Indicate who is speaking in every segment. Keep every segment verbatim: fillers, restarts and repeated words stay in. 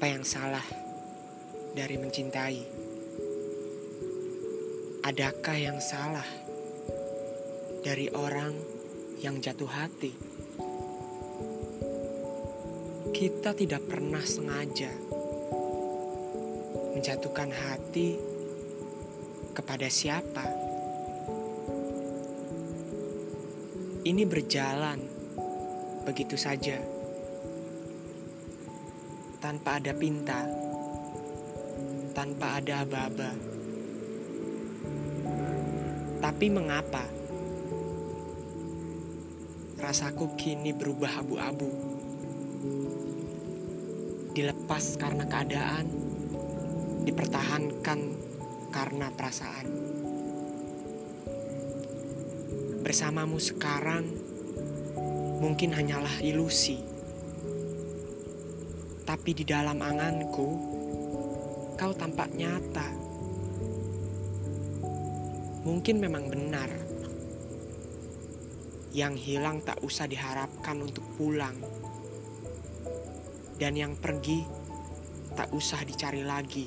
Speaker 1: Apa yang salah dari mencintai? Adakah yang salah dari orang yang jatuh hati? Kita tidak pernah sengaja menjatuhkan hati kepada siapa. Ini berjalan begitu saja, tanpa ada pinta, tanpa ada aba-aba. Tapi mengapa rasaku kini berubah abu-abu? Dilepas karena keadaan, dipertahankan karena perasaan. Bersamamu sekarang mungkin hanyalah ilusi, tapi di dalam anganku kau tampak nyata. Mungkin memang benar, yang hilang tak usah diharapkan untuk pulang, dan yang pergi tak usah dicari lagi.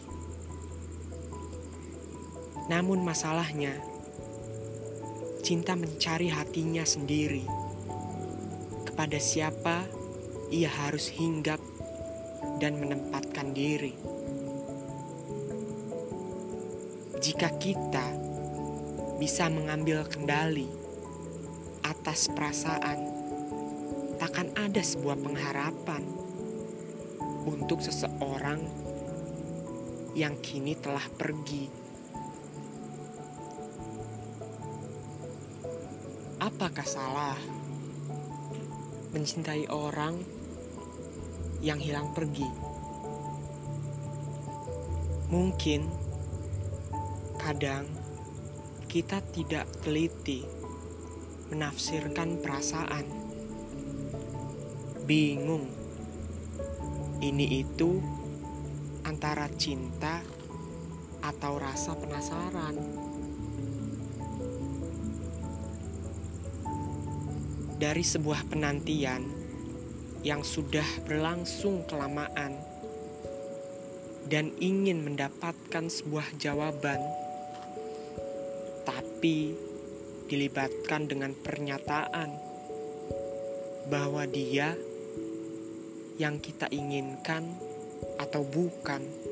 Speaker 1: Namun masalahnya, cinta mencari hatinya sendiri. Kepada siapa ia harus hinggap dan menempatkan diri. Jika kita bisa mengambil kendali atas perasaan, takkan ada sebuah pengharapan untuk seseorang yang kini telah pergi. Apakah salah mencintai orang yang hilang pergi? Mungkin kadang kita tidak teliti menafsirkan perasaan. Bingung ini itu antara cinta atau rasa penasaran. Dari sebuah penantian yang sudah berlangsung kelamaan dan ingin mendapatkan sebuah jawaban, tapi dilibatkan dengan pernyataan bahwa dia yang kita inginkan atau bukan.